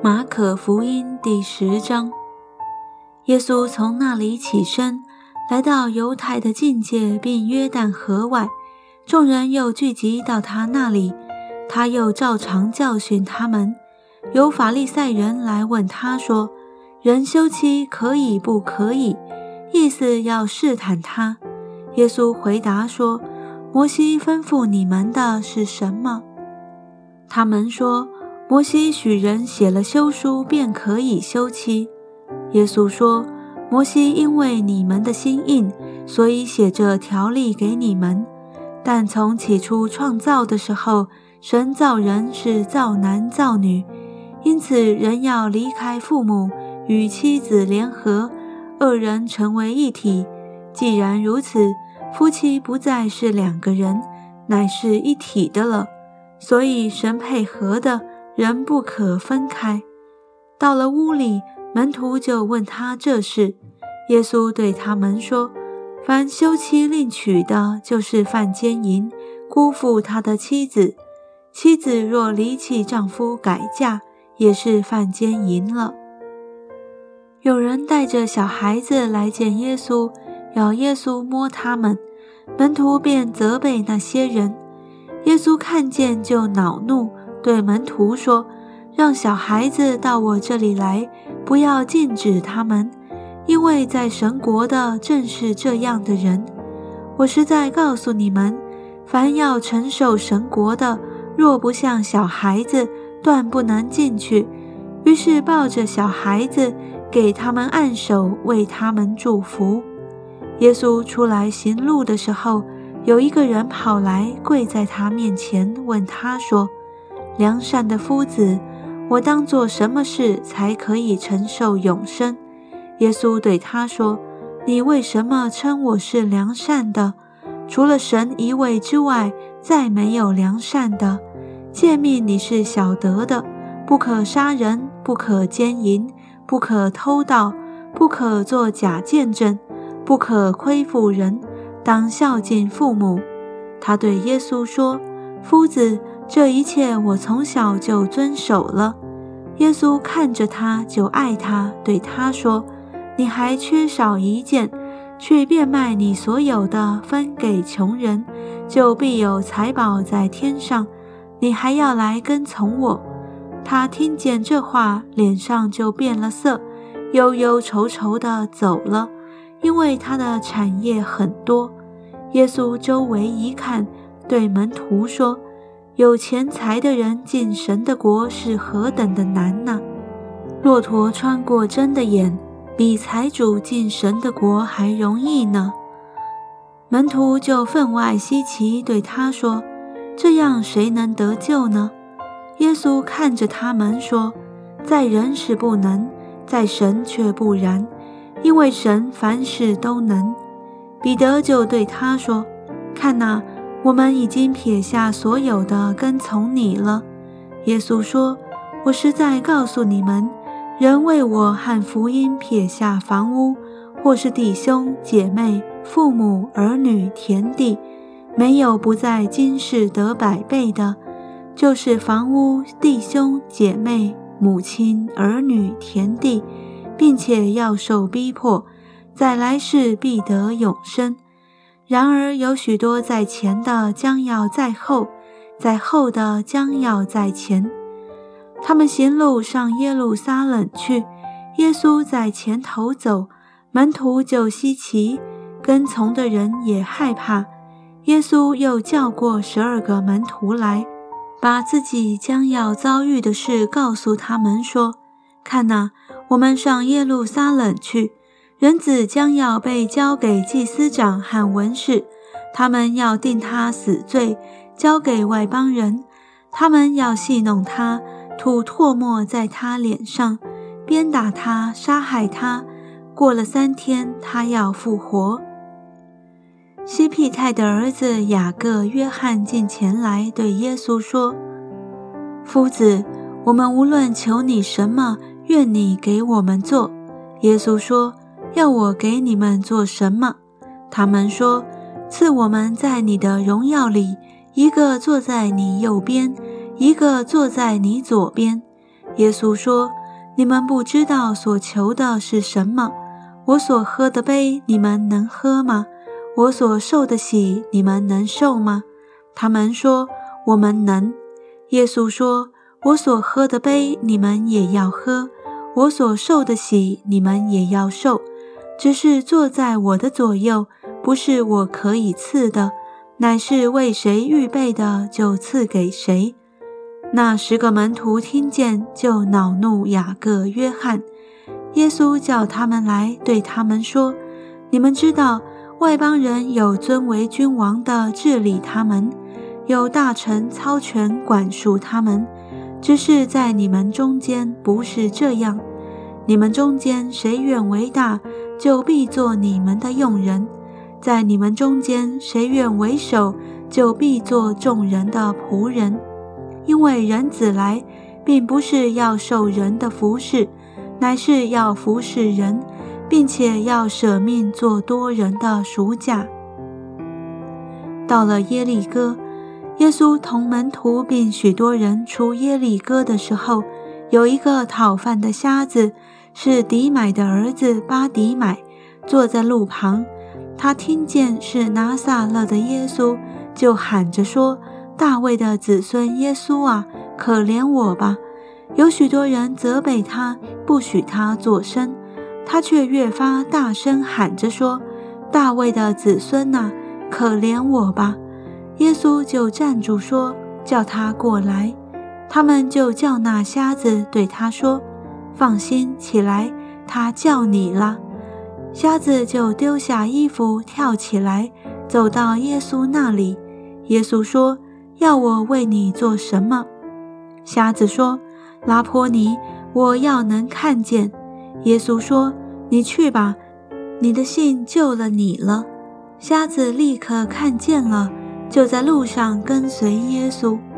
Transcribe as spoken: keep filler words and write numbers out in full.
马可福音第十章。耶稣从那里起身，来到犹太的境界并约旦河外，众人又聚集到他那里，他又照常教训他们。有法利赛人来问他说，人休妻可以不可以？意思要试探他。耶稣回答说，摩西吩咐你们的是什么？他们说，摩西许人写了休书便可以休妻。耶稣说，摩西因为你们的心硬，所以写这条例给你们。但从起初创造的时候，神造人是造男造女，因此人要离开父母，与妻子联合，二人成为一体。既然如此，夫妻不再是两个人，乃是一体的了。所以神配合的，人不可分开。到了屋里，门徒就问他这事。耶稣对他们说，凡休妻另娶的，就是犯奸淫，辜负他的妻子。妻子若离弃丈夫改嫁，也是犯奸淫了。有人带着小孩子来见耶稣，要耶稣摸他们，门徒便责备那些人。耶稣看见就恼怒，对门徒说，让小孩子到我这里来，不要禁止他们，因为在神国的正是这样的人。我实在告诉你们，凡要承受神国的，若不像小孩子，断不能进去。于是抱着小孩子，给他们按手，为他们祝福。耶稣出来行路的时候，有一个人跑来，跪在他面前，问他说，良善的夫子，我当做什么事才可以承受永生？耶稣对他说，你为什么称我是良善的？除了神一位之外，再没有良善的。诫命你是晓得的，不可杀人，不可奸淫，不可偷盗，不可作假见证，不可亏负人，当孝敬父母。他对耶稣说，夫子，这一切我从小就遵守了。耶稣看着他就爱他，对他说，你还缺少一件，去变卖你所有的，分给穷人，就必有财宝在天上。你还要来跟从我。他听见这话，脸上就变了色，忧忧愁愁地走了，因为他的产业很多。耶稣周围一看，对门徒说，有钱财的人进神的国是何等的难呢？骆驼穿过针的眼，比财主进神的国还容易呢。门徒就分外稀奇，对他说，这样谁能得救呢？耶稣看着他们说，在人是不能，在神却不然，因为神凡事都能。彼得就对他说，看哪，我们已经撇下所有的，跟从你了。耶稣说，我实在告诉你们，人为我和福音撇下房屋，或是弟兄姐妹、父母儿女田地，没有不在今世得百倍的，就是房屋、弟兄姐妹、母亲儿女田地，并且要受逼迫，在来世必得永生。然而有许多在前的将要在后，在后的将要在前。他们行路上耶路撒冷去，耶稣在前头走，门徒就稀奇，跟从的人也害怕。耶稣又叫过十二个门徒来，把自己将要遭遇的事告诉他们说，看哪，我们上耶路撒冷去，人子将要被交给祭司长和文士，他们要定他死罪，交给外邦人，他们要戏弄他，吐唾沫在他脸上，鞭打他，杀害他，过了三天，他要复活。西庇太的儿子雅各、约翰进前来，对耶稣说，夫子，我们无论求你什么，愿你给我们做。耶稣说，要我给你们做什么？他们说，赐我们在你的荣耀里，一个坐在你右边，一个坐在你左边。 耶稣说：你们不知道所求的是什么，我所喝的杯你们能喝吗？我所受的洗你们能受吗？他们说：我们能。耶稣说：我所喝的杯你们也要喝，我所受的洗你们也要受，只是坐在我的左右，不是我可以赐的，乃是为谁预备的就赐给谁。那十个门徒听见，就恼怒雅各、约翰。耶稣叫他们来，对他们说：你们知道外邦人有尊为君王的治理他们，有大臣操权管束他们，只是在你们中间不是这样。你们中间谁愿为大，就必做你们的用人；在你们中间谁愿为首，就必做众人的仆人。因为人子来，并不是要受人的服侍，乃是要服侍人，并且要舍命做多人的赎价。到了耶利哥，耶稣同门徒并许多人出耶利哥的时候，有一个讨饭的瞎子，是底买的儿子巴底买，坐在路旁。他听见是拿撒勒的耶稣，就喊着说：大卫的子孙耶稣啊，可怜我吧！有许多人责备他，不许他作声，他却越发大声喊着说：大卫的子孙啊，可怜我吧！耶稣就站住说：叫他过来。他们就叫那瞎子，对他说：放心，起来，他叫你了。瞎子就丢下衣服，跳起来，走到耶稣那里。耶稣说：要我为你做什么？瞎子说：拉波尼，我要能看见。耶稣说：你去吧，你的信救了你了。瞎子立刻看见了，就在路上跟随耶稣。